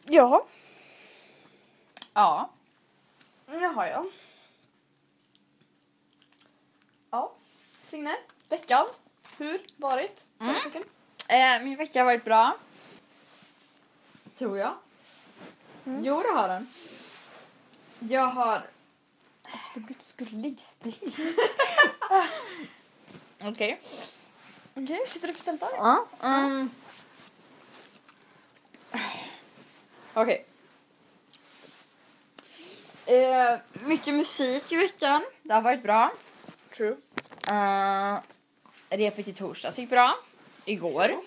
Ja. Ja. Jaha, ja. Ja. Signe, veckan. Hur varit? Min vecka har varit bra. Tror jag. Jo, det har den. Jag har... Alltså för guds skull, ligg still. Okej. Okej, sitter du på stället? Ja. Okej. Mycket musik i veckan. Det har varit bra. True. Repet i torsdags gick bra. Igår. True.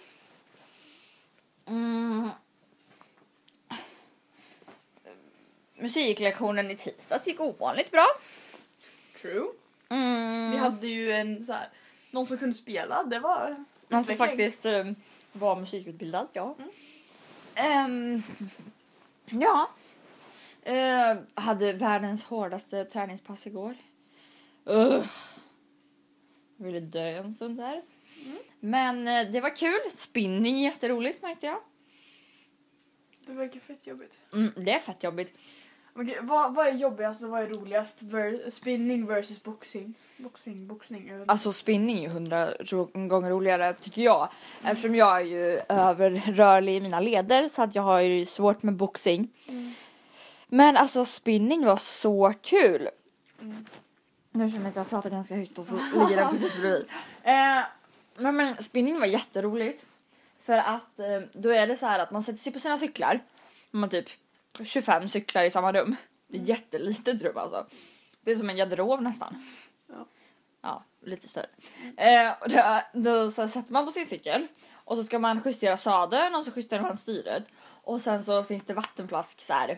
Musiklektionen i tisdags gick ovanligt bra. True. Vi hade ju en så här, någon som kunde spela. Det var Någon som faktiskt var musikutbildad, ja. Ja. Hade världens hårdaste träningspass igår. Jag ville dö en stund där. Men det var kul. Spinning är jätteroligt, märkte jag. Det verkar fett jobbigt. Det är fett jobbigt. Okej, vad är jobbigast och vad är roligast? Spinning versus boxing. Boxning. Alltså spinning är ju 100 gånger roligare, tycker jag. Eftersom jag är ju överrörlig i mina leder, så att jag har ju svårt med boxing. Men alltså spinning var så kul. Nu känner jag att jag pratar ganska högt och så ligger den precis bredvid. Men spinning var jätteroligt. För att då är det så här att man sätter sig på sina cyklar. Man typ 25 cyklar i samma rum. Det är jättelitet rum alltså. Det är som en garderob nästan. Ja, lite större. Och då så sätter man på sin cykel. Och så ska man justera sadeln och så justerar man styret. Och sen så finns det vattenflask så här.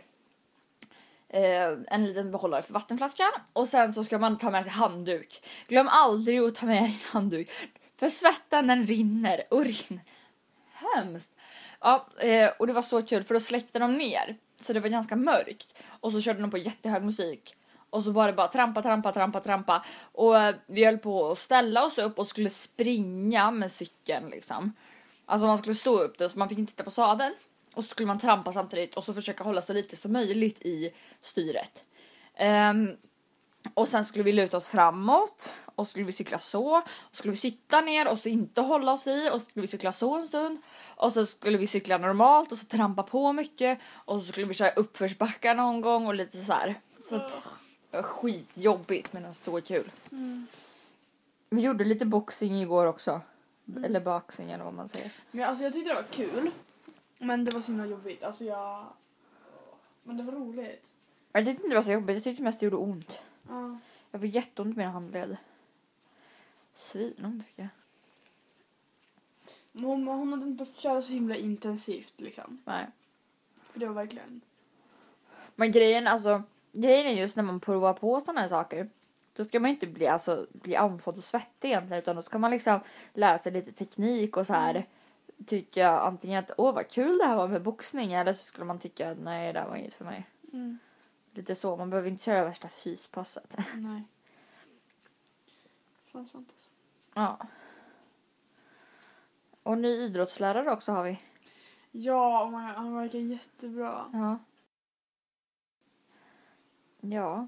En liten behållare för vattenflaskan. Och sen så ska man ta med sig handduk. Glöm aldrig att ta med din handduk. För svetten den rinner och rinner. Hemskt. Ja, och det var så kul för då släckte de ner. Så det var ganska mörkt. Och så körde de på jättehög musik. Och så var det bara trampa. Och vi höll på att ställa oss upp och skulle springa med cykeln liksom. Alltså man skulle stå upp där så man fick inte titta på sadeln. Och så skulle man trampa samtidigt och så försöka hålla så lite som möjligt i styret. Och sen skulle vi luta oss framåt. Och skulle vi cykla så. Och skulle vi sitta ner och så inte hålla oss i. Och så skulle vi cykla så en stund. Och så skulle vi cykla normalt och så trampa på mycket. Och så skulle vi köra uppförsbackar någon gång och lite så här. Så att det var skitjobbigt men det var så kul. Vi gjorde lite boxing igår också. Eller boxing eller vad man säger. Men alltså jag tyckte det var kul. Men det var så himla jobbigt. Alltså men det var roligt. Jag tyckte inte det var så jobbigt. Jag tyckte mest det gjorde ont. Ja. Jag fick jätteont med min handled. Svinont fick jag. Hon hade inte behövt köra så himla intensivt liksom. Nej. För det var verkligen... Men grejen är just när man provar på sådana här saker. Då ska man inte bli andfådd och svettig egentligen. Utan då ska man liksom lära sig lite teknik och så här. Tycka antingen att vad kul det här var med boxning. Eller så skulle man tycka att nej, det här var inget för mig. Lite så, man behöver inte köra värsta fyspasset. Nej. Fan sant alltså. Ja. Och ny idrottslärare också har vi. Ja, han verkar jättebra. Ja. Ja.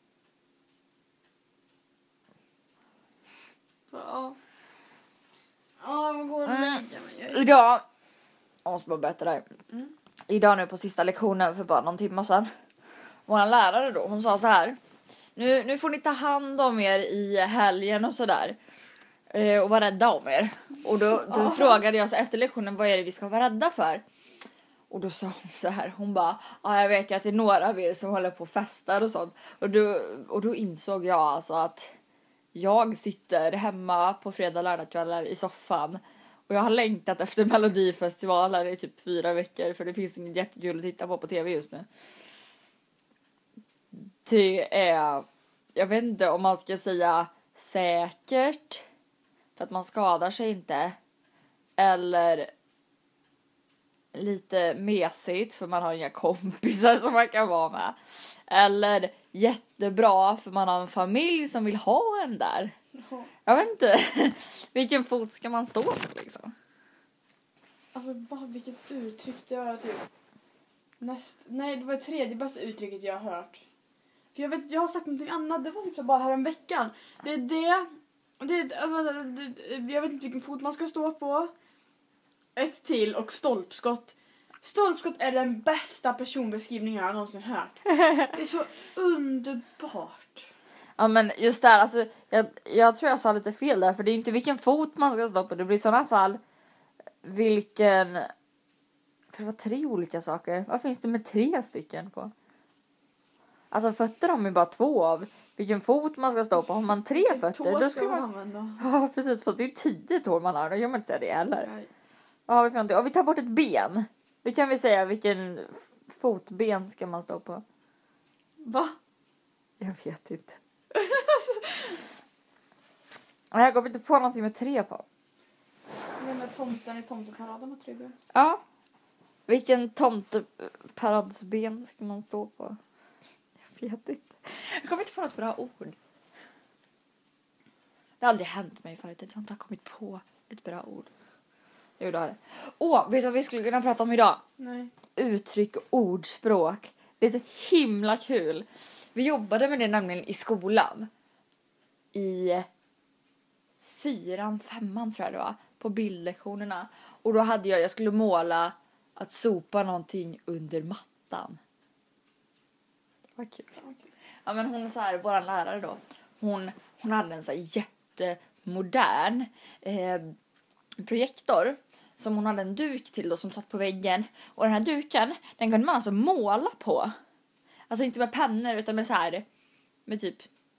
Ja. Ja, vad går det att lägga mig? Idag. Jag måste bara berätta där. Idag nu på sista lektionen för bara någon timme sedan. Vår lärare då, hon sa så här. Nu får ni ta hand om er i helgen och sådär. Och vara rädda om er. Och då frågade jag så efter lektionen, vad är det vi ska vara rädda för? Och då sa hon så här, hon bara, jag vet ju att det är några av er som håller på och festar och sånt. Och då insåg jag alltså att jag sitter hemma på fredag lördagskvällar i soffan. Och jag har längtat efter Melodifestivaler i typ 4 veckor. För det finns inget jättekul att titta på tv just nu. Det är, jag vet inte om man ska säga säkert. För att man skadar sig inte. Eller lite mesigt för man har inga kompisar som man kan vara med. Eller jättebra för man har en familj som vill ha en där. Jag vet inte. Vilken fot ska man stå på liksom? Alltså vilket uttryck det var typ. Nej, det var det tredje bästa uttrycket jag har hört. För jag har sagt någonting annat. Det var typ bara här en veckan. Jag vet inte vilken fot man ska stå på. Ett till och stolpskott. Stolpskott är den bästa personbeskrivningen jag någonsin hört. Det är så underbart. Ja, men just där, alltså, jag tror jag sa lite fel där. För det är inte vilken fot man ska stå på. Det blir i sådana fall vilken... För det var 3 olika saker. Vad finns det med 3 stycken på? Alltså fötter har man ju bara 2 av. Vilken fot man ska stå på. Har man 3 fötter då ska man använda. Ja, precis. Fast det är 10 tår man har. Då gör man inte det heller. Nej. Ja, vi får inte. Och vi tar bort ett ben. Då kan vi säga vilken fotben ska man stå på. Va? Jag vet inte. Jag går inte på någonting med 3 på. Den där tomten i tomteparaden har 3 ben. Ja. Vilken tomteparadsben ska man stå på? Jag vet inte. Jag kommer inte på något bra ord. Det har aldrig hänt mig förut att jag inte har kommit på ett bra ord. Jo, det har det. Vet du vad vi skulle kunna prata om idag? Nej. Uttryck och ordspråk. Det är så himla kul. Vi jobbade med det nämligen i skolan. I 4:an, 5:an tror jag det var. På bildlektionerna. Och då hade jag skulle måla att sopa någonting under mattan. Vad kul. Ja, men hon så här, våran lärare då. Hon hade en så här jättemodern projektor. Som hon hade en duk till då som satt på väggen. Och den här duken, den kunde man alltså måla på. Alltså inte med pennor utan med så här. Med typ.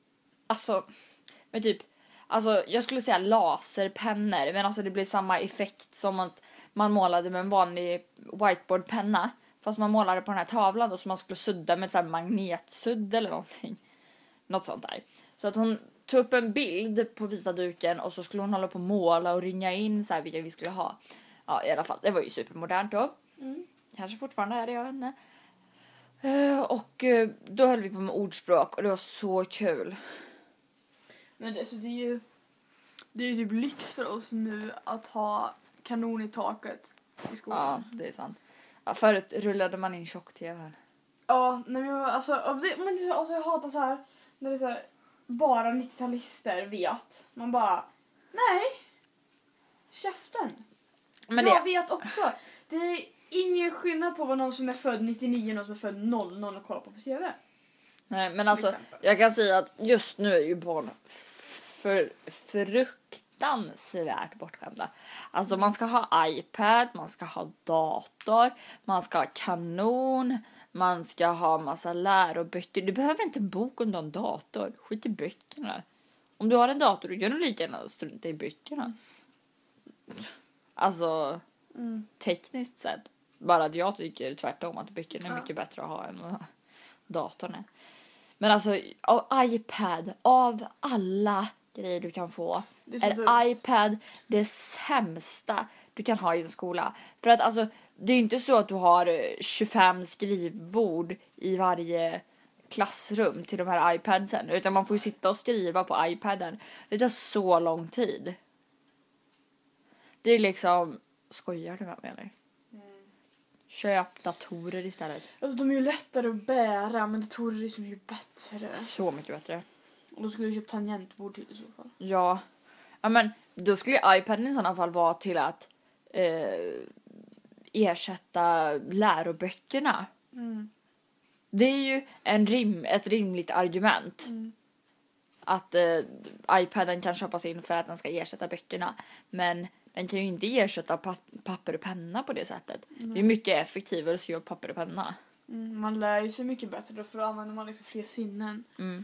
Alltså jag skulle säga laserpennor. Men alltså det blir samma effekt som att man målade med en vanlig whiteboardpenna. Fast man målade på den här tavlan då som man skulle sudda med ett så här magnetsudd eller någonting. Något sånt där. Så att hon tog upp en bild på vita duken och så skulle hon hålla på att måla och ringa in så här vilka vi skulle ha. Ja, i alla fall. Det var ju supermodernt då. Kanske fortfarande är det, jag vet inte. Och då höll vi på med ordspråk och det var så kul. Men det är ju typ lyx för oss nu att ha kanon i taket i skolan. Ja, det är sant. Ja, förut rullade man in tjock-tvn. Ja, nej men alltså, jag hatar så här när det är så här, bara 90-talister vet. Man bara, nej, käften. Men jag vet också. Det är ingen skillnad på vad någon som är född 99 och någon som är född 00 och kollar på TV. Nej, men alltså, jag kan säga att just nu är ju barn fruktansvärt bortskämda. Alltså man ska ha iPad, man ska ha dator, man ska ha kanon, man ska ha massa läroböcker. Du behöver inte en bok om du har en dator. Skit i böckerna. Om du har en dator, då kan du lika gärna strunta i böckerna. Alltså, tekniskt sett. Bara att jag tycker tvärtom att böckerna är mycket bättre att ha än vad datorn är. Men alltså, iPad, av alla grejer du kan få, är iPad det sämsta du kan ha i en skola. För att alltså, det är inte så att du har 25 skrivbord i varje klassrum till de här iPadsen. Utan man får ju sitta och skriva på iPaden. Det tar så lång tid. Det är liksom, skojar du med mig eller? Köp datorer istället. Alltså de är ju lättare att bära, men datorer är så mycket bättre. Så mycket bättre. Och då skulle jag köpa tangentbord till i så fall. Ja. Ja, men då skulle iPaden i sådana fall vara till att ersätta läroböckerna. Det är ju ett rimligt argument. Att iPaden kan köpas in för att den ska ersätta böckerna. Men den kan ju inte ersätta papper och penna på det sättet. Det är mycket effektivare att skriva papper och penna. Man lär ju sig mycket bättre, för då använder man liksom fler sinnen.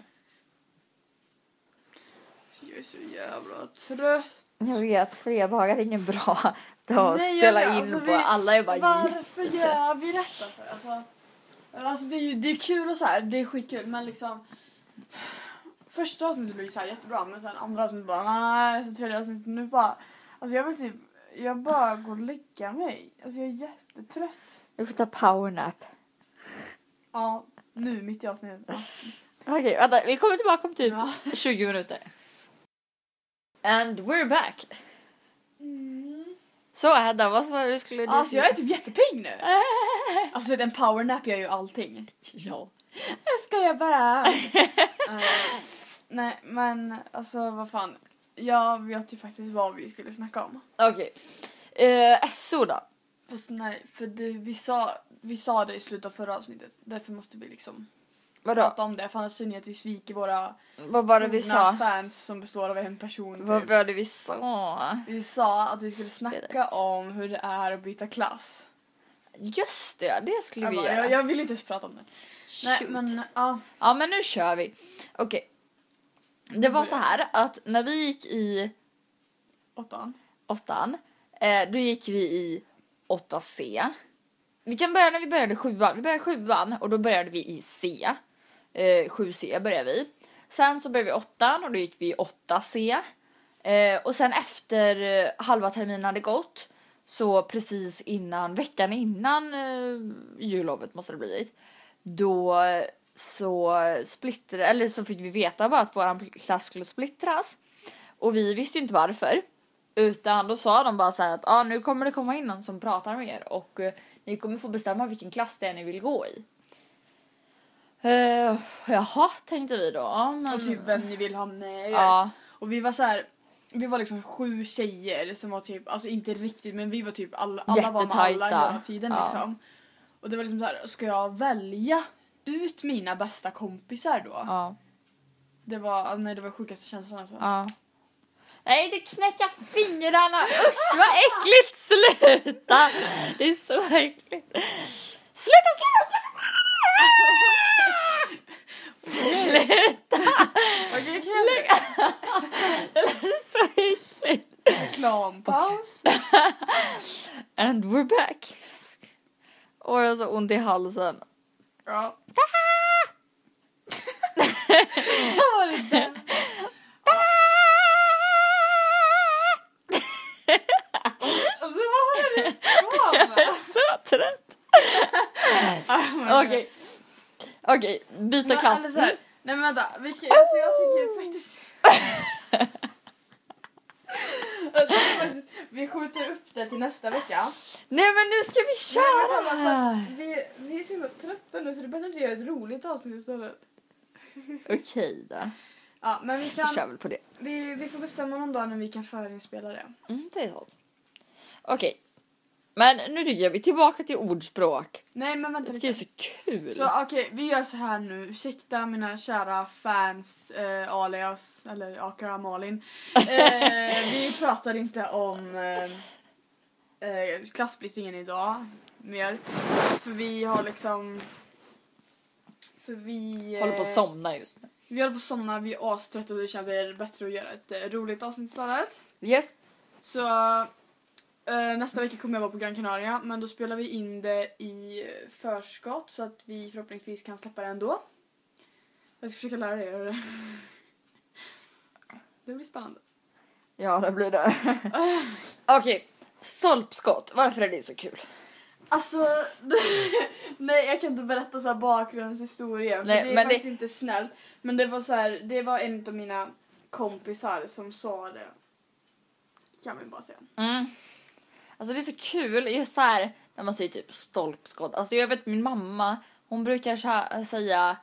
Jag är så jävla trött. Jag vet, fredagar är ingen bra dag att spela in på. Alla är bara varför gör vi detta för? Alltså det är kul och så här, det är skitkul, men liksom första avsnittet blir så här jättebra, men sen andra avsnittet bara nej, så tredje avsnittet nu bara alltså jag bara går och lägga mig. Alltså jag är jättetrött. Du får ta powernap. Ja, nu mitt i avsnittet. Ja. Okej, vänta, vi kommer tillbaka om typ 20 minuter. And we're back. Så Hedda, vad var det du skulle säga? Alltså jag är typ jättepigg nu. Alltså den powernap gör ju allting. Ja. Jag skojar bara. Nej men alltså vad fan. Jag vet ju faktiskt vad vi skulle snacka om. Okej. SO då? Fast nej, för vi sa det i slutet av förra avsnittet. Därför måste vi liksom Vadå? prata om det. För annars syns att vi sviker våra Vad var det vi sa? fans som består av en person. Typ. Vad var det vi sa? Vi sa att vi skulle snacka om hur det är att byta klass. Just det skulle vi göra. Jag vill inte ens prata om det. Nej, Shoot. men ja. Ja, men nu kör vi. Okej. Det var så här att när vi gick i 8:an, då gick vi i 8C. Vi kan börja när vi började 7:an. Vi började 7:an och då började vi i C. 7C började vi. Sen så började vi 8:an och då gick vi i 8C. Och sen efter halva terminen hade gått, så precis veckan innan jullovet måste det blivit, då så så fick vi veta bara att våran klass skulle splittras. Och vi visste ju inte varför. Utan då sa de bara så här att nu kommer det komma in någon som pratar med er och ni kommer få bestämma vilken klass det är ni vill gå i. Jaha, tänkte vi då. Men... Och typ vem ni vill ha med er. Ja. Och vi var så här, vi var liksom 7 tjejer som var typ, alltså inte riktigt, men vi var typ alla var med alla hela tiden liksom. Och det var liksom så här, ska jag välja ut mina bästa kompisar då? Ja. Det var sjukaste känslan alltså. Ja. Nej, det knäcker fingrarna. Usch, vad äckligt. Sluta. Det är så äckligt. Sluta. Okej, kan jag säga? Det är så äckligt. Reklampaus. And we're back. Och jag har så ont i halsen. Ja. Vad var det där? Alltså vad har du Jag är så trött. Okej, byta klass. Alltså, nej men vänta, jag tycker faktiskt... Vi skjuter upp det till nästa vecka. Nej, men nu ska vi köra. Vi är så himla trötta nu, så det är bättre att vi gör ett roligt avsnitt istället. Okej då. Ja, men vi kör väl på det. Vi får bestämma någon dag när vi kan förinspela det. Det är så. Okej. Men nu tycker jag vi är tillbaka till ordspråk. Nej, men vänta Det är så kul. Så okej, vi gör så här nu. Ursäkta mina kära fans, alias, eller aka Malin. Vi pratar inte om klassplittringen idag mer. För vi har liksom... håller på att somna just nu. Vi håller på att somna, vi är astrött och det känns det bättre att göra ett roligt avsnitt istället. Yes. Så nästa vecka kommer jag vara på Gran Canaria, men då spelar vi in det i förskott så att vi förhoppningsvis kan släppa det ändå. Jag ska försöka lära dig göra det. Det blir spännande. Ja, det blir det. Okej, stolpskott. Varför är det så kul? Alltså, nej, jag kan inte berätta så här bakgrundshistoria. För Nej, det är men faktiskt inte snällt. Men det var så här, det var en av mina kompisar som sa det. Kan vi bara säga. Alltså det är så kul just så här när man säger typ stolpskott. Alltså jag vet min mamma, hon brukar säga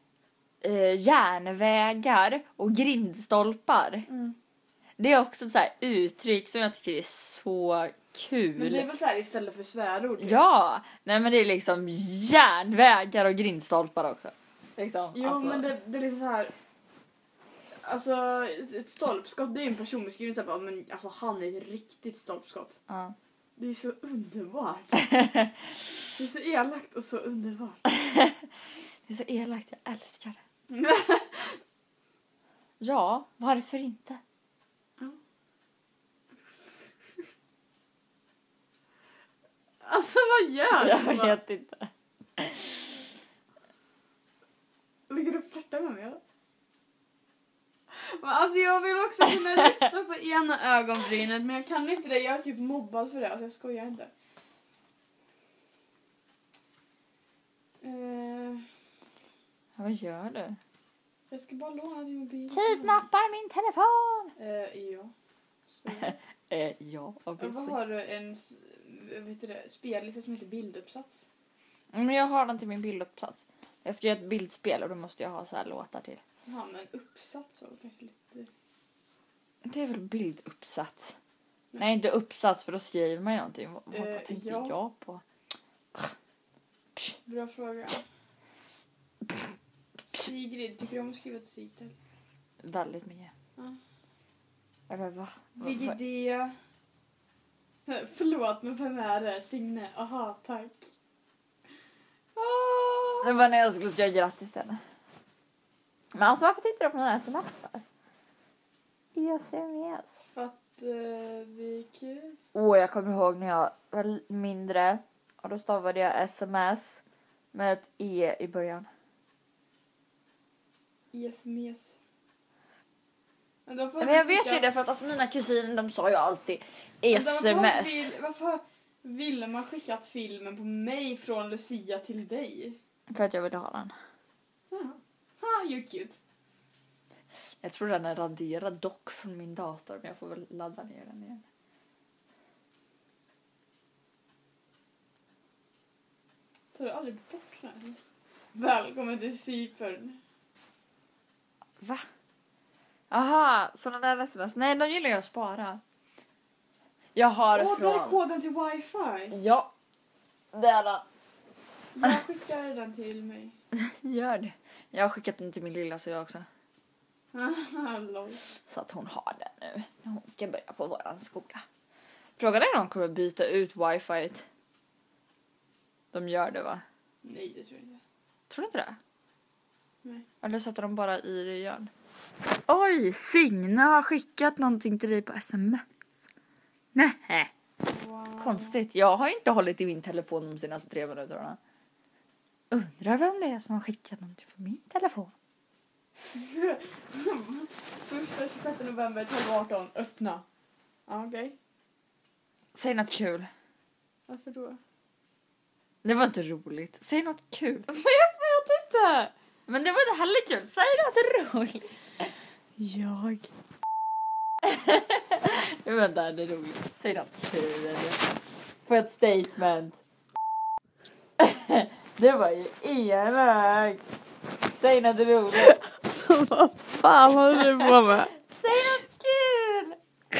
järnvägar och grindstolpar. Det är också ett så här uttryck som jag tycker är så kul. Men det är väl så här istället för svärord. Ja, nej men det är liksom järnvägar och grindstolpar också. Liksom, Jo, alltså. men det är liksom så här. Alltså ett stolpskott, det är en personbeskrivning så här, men alltså han är ett riktigt stolpskott. Ja. Det är så underbart. Det är så elakt och så underbart. Det är så elakt, jag älskar det. Ja, varför inte? Alltså vad gör du? Jag vet inte. Ligger du och flörtar med mig? Men alltså jag vill också kunna lyfta på ena ögonbrynet, men jag kan inte det. Jag är typ mobbad för det, alltså jag skojar inte. Vad gör du? Jag ska bara låna din mobil. Kidnappar min telefon! Ja. Så. Ja, Vad obviously. har du spellista som heter bilduppsats? Men jag har den till min bilduppsats. Jag ska göra ett bildspel och då måste jag ha så här låtar till. Ja, men uppsats så kanske lite... Det är väl bilduppsats? Nej, inte uppsats för då skriver man ju någonting. Vad tänkte jag på? Bra fråga. Sigrid, tycker du om att skriva ett sigtal? Väldigt mycket. Ja. Eller va? Vigidea. Förlåt, men vem är det? Signe. Aha, tack. Det var när jag skulle säga grattis till henne. Men alltså varför tittar du på den här sms för? SMS. För att det är kul. Jag kommer ihåg när jag var mindre. Och då stavade jag sms med ett e i början. SMS. Men jag vet ju det för att alltså, mina kusiner de sa ju alltid sms. Varför ville man skickat filmen på mig från Lucia till dig? För att jag ville ha den. Ha, you're cute. Jag tror den är raderad dock från min dator. Men jag får väl ladda ner den igen. Tar du aldrig bort den här? Välkommen till Cypern. Va? Aha, sådana där sms. Nej, de gillar jag att spara. Jag har från... där är koden till wifi. Ja, det är den. Jag skickar den till mig. Gör det. Jag har skickat den till min lilla syster också. Lol. Så att hon har den nu. När hon ska börja på våran skola. Frågan är om de kommer byta ut wifi. De gör det va? Nej, det tror jag inte. Tror du inte det? Nej. Eller sätter de bara i det igen? Oj, Signe har skickat någonting till dig på sms. Nej. Wow. Konstigt. Jag har inte hållit i min telefon de senaste 3 minuterna. Undrar vem det är som har skickat någonting på min telefon. Första 26 november 12:18. Öppna. Ja, okej. Säg något kul. Varför då? Det var inte roligt. Säg något kul. Men jag vet inte. Men det var inte heller kul. Säg något roligt. Jag. Det var inte det roligt. Säg något kul. Få ett statement. Det var ju elak. Säg något roligt. Så vad fan håller du på med? Säg något kul.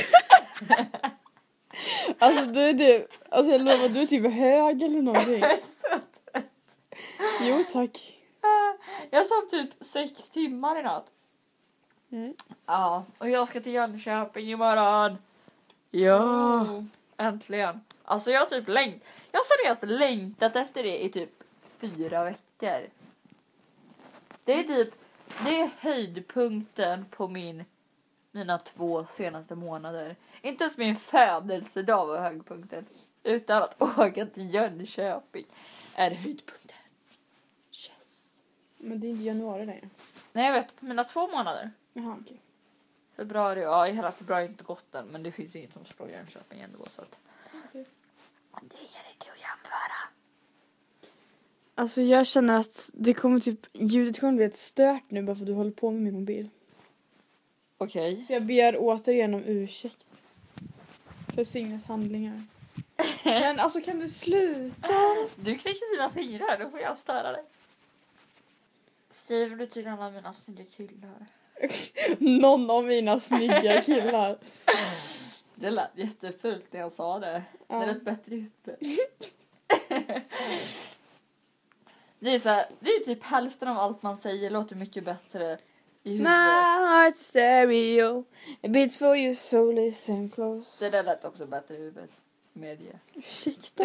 Alltså jag lovar, du är typ hög eller någonting. Jag är så trött. Jo, tack. Jag sov typ 6 timmar i natt. Mm. Ja, och jag ska till Jönköping imorgon. Ja, äntligen. Alltså jag har typ jag har seriöst längtat efter det i typ 4 veckor. Det är höjdpunkten på mina 2 senaste månader. Inte ens min födelsedag var höjdpunkten. Utan att åka till Jönköping är höjdpunkten. Yes. Men det är inte januari längre. Nej, jag vet. På mina 2 månader. Jaha, okej. Februari, ja, hela februari är inte gått än. Men det finns inget som slår Jönköping ändå. Så att... Okay. Det är inte att jämföra. Alltså jag känner att ljudet kommer bli ett stört nu bara för att du håller på med min mobil. Okej. Så jag ber återigen om ursäkt för Signes handlingar. Men alltså kan du sluta? Du knäcker dina fingrar, då får jag störa dig. Skriver du till alla mina snygga killar? Någon av mina snygga killar. Det lät jättefult när jag sa det. Ja. Det lät bättre i huvudet. Det är så här, det är typ hälften av allt man säger låter mycket bättre i huvudet. My heart stereo, a beats for you so listen close. Det där lät också bättre i huvudet. Medie. Ursäkta.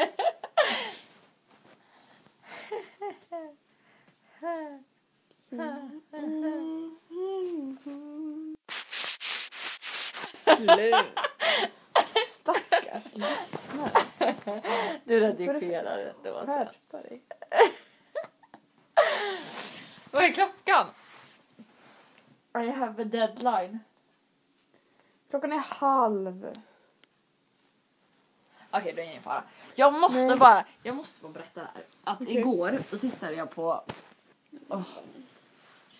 Slut. Stackars lyssnare. Du redigerar det då. Skärpa dig. Vad är klockan? I have a deadline. Klockan är 1:30. Okej, det är ingen fara. Jag måste bara berätta det här. Att Okej. igår då tittade jag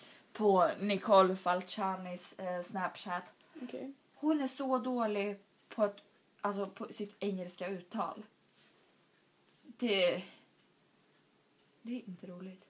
på Nicole Falcianis Snapchat. Okej. Hon är så dålig på sitt engelska uttal. Det är inte roligt.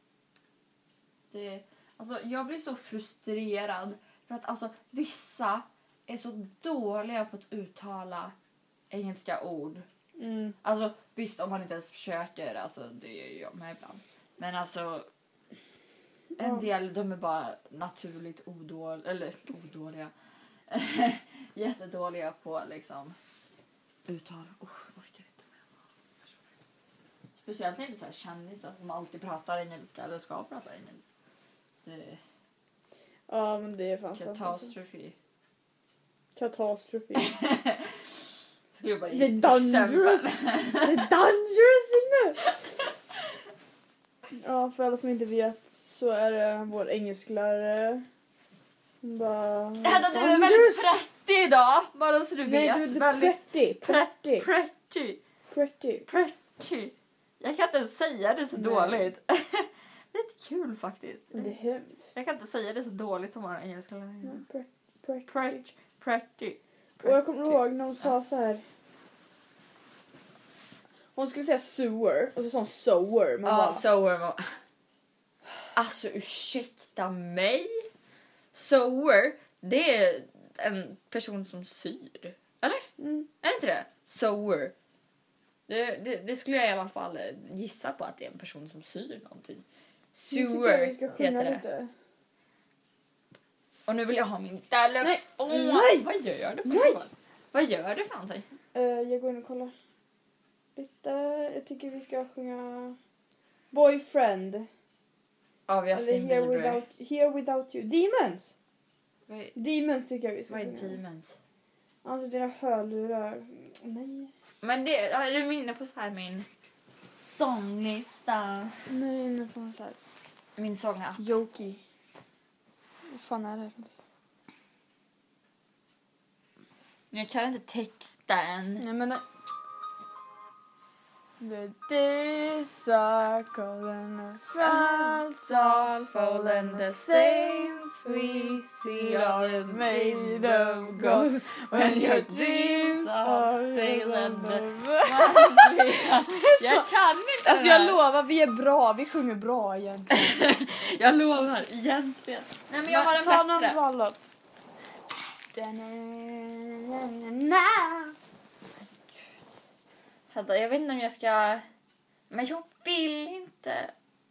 Jag blir så frustrerad för att vissa är så dåliga på att uttala engelska ord. Visst, om man inte ens försöker, det gör jag med ibland. Men en del, de är bara naturligt odåliga. Jättedåliga på liksom uttal. Orkar inte med Speciellt inte så här kändisar som alltid pratar engelska eller ska prata engelska. Ja, men det är fan katastrofi. Katastrofi. Skulle bara Det är dangerous. Det är dangerous inne. Ja, för alla som inte vet så är det vår engelsklärare. Hedda, du är väldigt pretty idag. Bara så du vet. Nej, du är pretty. Jag kan inte säga det så dåligt. Det är lite kul faktiskt. Det är hemskt. Jag kan inte säga det så dåligt som vår engelsklärare. Pretty. Och jag kommer ihåg när hon sa så här. Hon skulle säga sewer och så sa hon sower. Sower. Ursäkta mig. Sower, det är en person som syr. Eller? Är det inte det? Sower. Det skulle jag i alla fall gissa på att det är en person som syr någonting. Sewer heter det. Lite. Och nu vill jag ha min telefon. Nej. Vad gör du? Vad gör du för någonting? Jag går in och kollar. Lite. Jag tycker vi ska sjunga Boyfriend. Obviously Eller Here Without You. Demons! Demons tycker jag vi ska sjunga. sjunga. Vad är Demons? Alltså dina hörlurar. Nej. Men är du inne på så här min sånglista? Nej, inne på så här. Min sånga. Joki. Vad fan är det? Jag kan inte texten. Nej, men the days are cold and the fields are full and the saints we see are made of gold. When your dreams are fail and the Jag kan inte. Alltså jag lovar, vi är bra. Vi sjunger bra egentligen. Jag lovar, egentligen. Nej, men jag har en ta bättre. någon bra låt. Hedda, jag vet inte om jag ska... Men jag vill inte.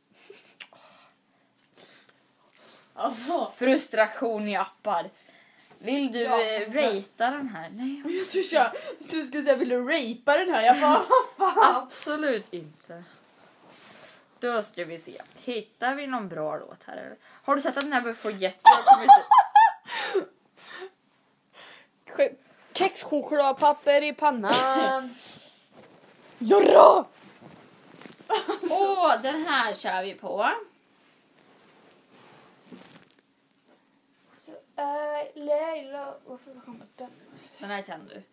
Alltså. Frustration i appar. Vill du ratea den här? Nej. Jag tror du skulle säga, vill du rapea den här? Jag bara, fan. Absolut inte. Då ska vi se. Hittar vi någon bra låt här? Eller? Har du sett att Never Forget? Kex, choklad, papper i pannan. Jorra! Den här kör vi på. Så Leila, varför kommer den? Den här kan du.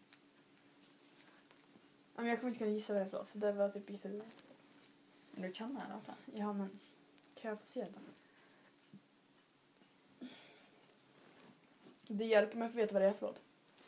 Men jag kommer inte kunna gissa vad det är för låt. Det var typ gissa. Du kan den här låten. Ja, men kan jag få se den? Det hjälper mig att få veta vad det är för låt.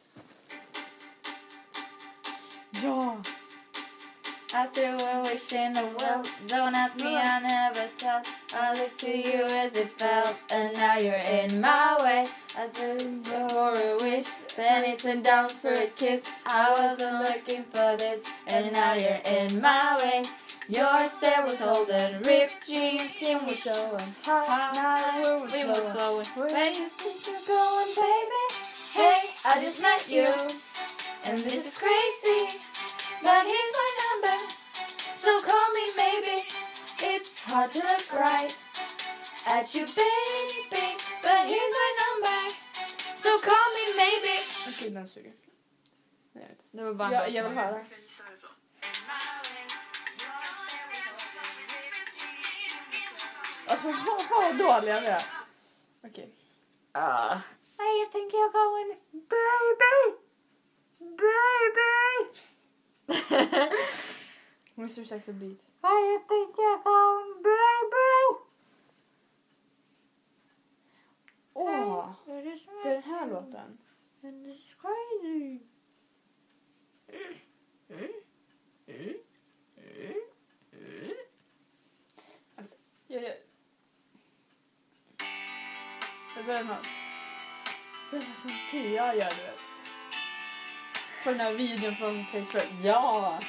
Ja! I threw a wish in the well. Don't ask me, I never tell. I look to you as it felt, and now you're in my way. I threw for a wish, then it's a down for a kiss. I wasn't looking for this, and now you're in my way. Your stare was holding, ripped jeans, skin was showing. Hot now we were glowing. Where you think you're going, baby? Hey, I just met you, and this is crazy. But here's my number, so call me maybe. It's hard to look right at you, baby. But here's my number, so call me maybe. Okej, den suger. Det var bara jag vill höra. Alltså, vad dåliga vi är. Okej. I think you're going, baby. Baby. Mr. Sex and Beat. I think you're going, baby. Det är den här låten. And it's crazy. spelar något. Det är som Pia gör, du vet. På den här videon från Facebook. Ja!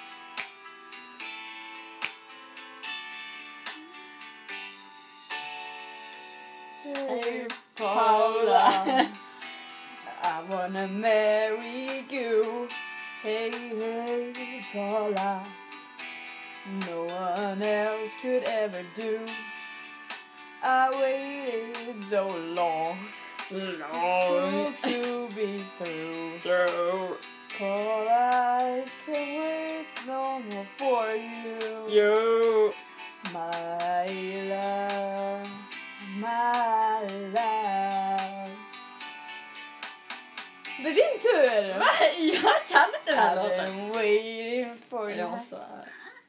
Hey Paula, I wanna marry you. Hey, hey Paula, no one else could ever do. I waited so long to be through. Paula, I can't wait no more for you. My love, my love. Det är din tur! Nej, jag kan inte den här I've låten. been waiting for Jag you. måste vara...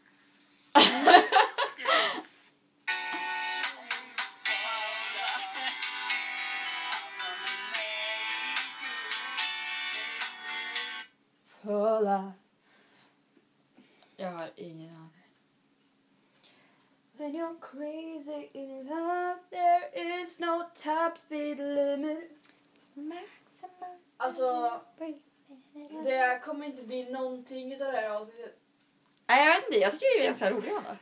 Paula. Jag har ingen aning. When you're crazy in love, there is no top speed limit. Alltså, det kommer inte bli någonting utav det här avsnittet. Nej, jag vet inte. Jag tycker det är ganska roligt ändå.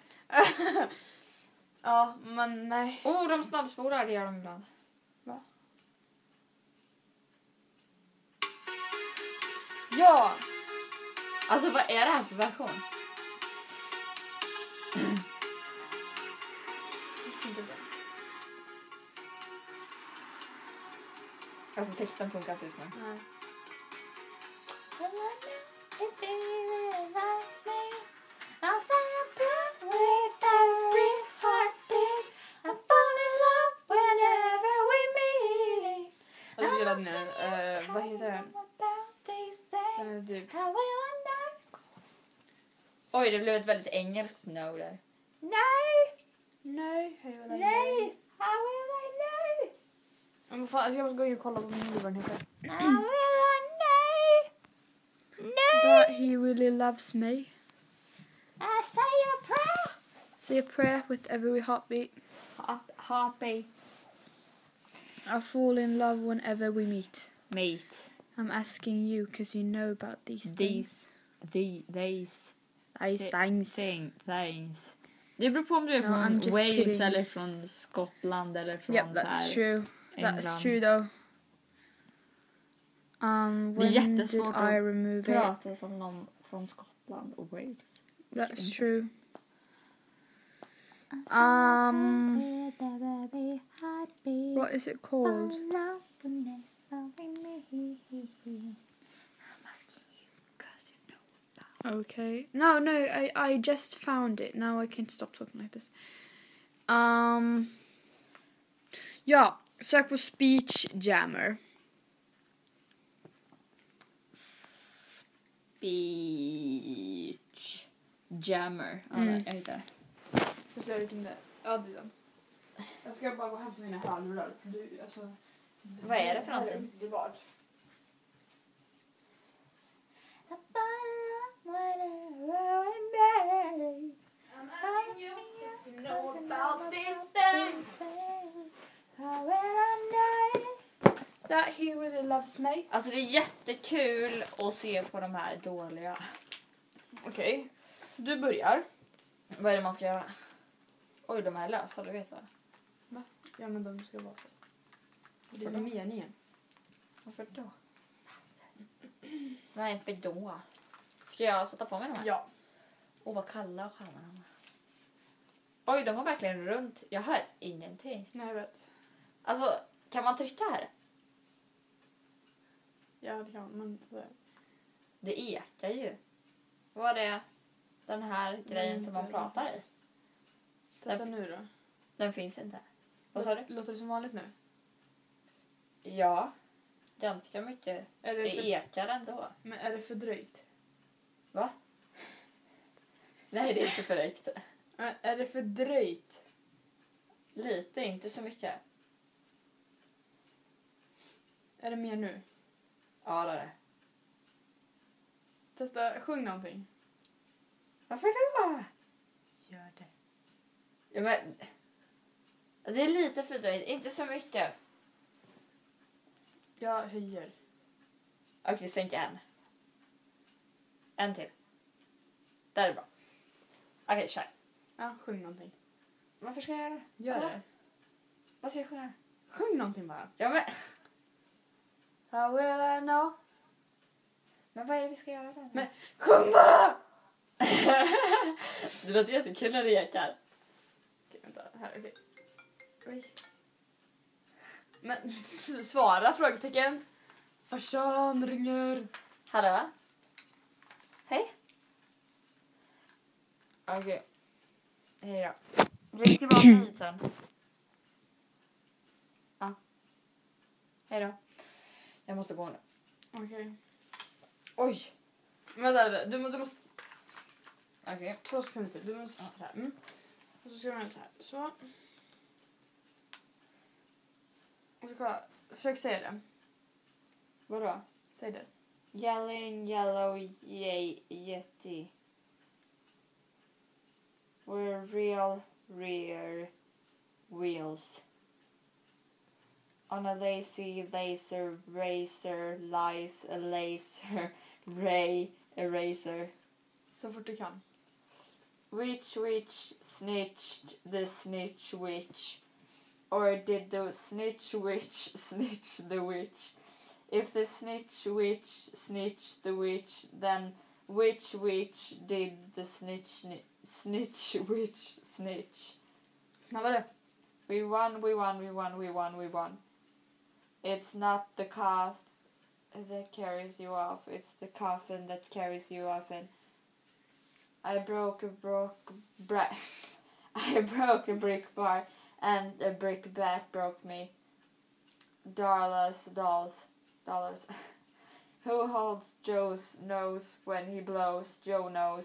Ja, men nej. De snabbspolar, det gör de ibland. Ja! Alltså, vad är det här för version? Alltså, texten funkar inte just nu. Nej. Jag tycker att den vad heter den? Den är typ... Oj, det blev ett väldigt engelskt no där. Nej, hej vad nej. Men fan, alltså jag måste gå in och kolla på min vad den heter. That he really loves me. Say a prayer with every heartbeat. Happy. I fall in love whenever we meet. Mate. I'm asking you because you know about these things. These Things. Det beror på om du är No, från I'm just Wales kidding. eller från Skottland eller från Yep, så that's här true. England. That's true though. Det är When did jättesvårt I att remove it? prata som någon från Skottland och Wales. That's true. What is it called? Okay. No, I just found it. Now I can't stop talking like this. Ja, sök på Speech Jammer. Speech Jammer. Ja, Mm. jag hittar det. Får se vilken det är. Ja, det är den. Jag ska bara gå hem till mina hörlurar. Alltså, Vad är det för någonting? Det var. That he really loves me. Alltså det är jättekul att se på de här dåliga. Okej. Du börjar. Vad är det man ska göra? Oj, de är lösa, du vet vad. Va? Ja, men de ska vara så. Det är Vadå? meningen. Varför då? Nej, inte då. Ska jag sätta på mig de här? Ja. Åh, vad kalla och sköna de är. Oj, de går verkligen runt. Jag hör ingenting. Nej, jag vet. Alltså, kan man trycka här? Ja, det kan man. Det ekar ju. Vad är det? Den här grejen som man inte. pratar i. Testa nu då. Den finns inte. Vad sa du? Låter det som vanligt nu? Ja, ganska mycket. Är det Det för, ekar ändå. men är det för dröjt? Va? Nej, det är inte förrökt. Men är det för dröjt? Lite, inte så mycket. Är det mer nu? Ja, det är det. Testa, sjung någonting. Varför då? Gör det. Ja, men... Det är lite fördröjt, inte så mycket. Jag höjer. Okej, sänk en. En till. Där är bra. Okej, kör. Ja, sjung någonting. Varför ska jag göra det? Gör Ja. det. Vad ska jag sjunga? Sjung någonting bara. Ja, men... How will I know? Men vad är det vi ska göra då? Men sjung bara! Det låter jättekul när det ekar. Okej, vänta. Här, okej. Oj. Men svara frågetecken. Farsan ringer. Hallå, va? Hej. Okej. Hej då. Ring tillbaka hit sen. Ja. Hej då. Jag måste gå nu. Okej. Oj. Vänta, du måste... Okej. 2 sekunder till. Du måste så här. Och så ska du göra så här. Så. Och så kolla. Försök säga det. Vadå? Säg det. Yellow yeti. We're real rear wheels. On a lazy laser racer lies a laser ray eraser. Så fort du kan. Which snitched the snitch witch? Or did the snitch witch snitch the witch? If the snitch witch snitched the witch, then which witch did the snitch witch snitch? Snabbare. We won. It's not the cough that carries you off, it's the coffin that carries you off. And I broke a brick bar, and a brick bat broke me. Dollars. Who holds Joe's nose when he blows? Joe knows.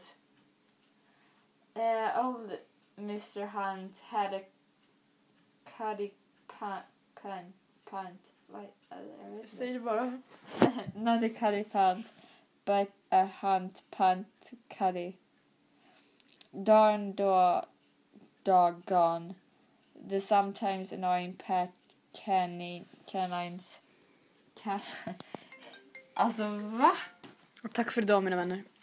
Old Mr. Hunt had a cuddy pant. Säg det bara. Not a cuddy pant, but a hunt pant cuddy. Darn doggone. The sometimes annoying pet canines. Alltså, va? Och tack för idag, mina vänner.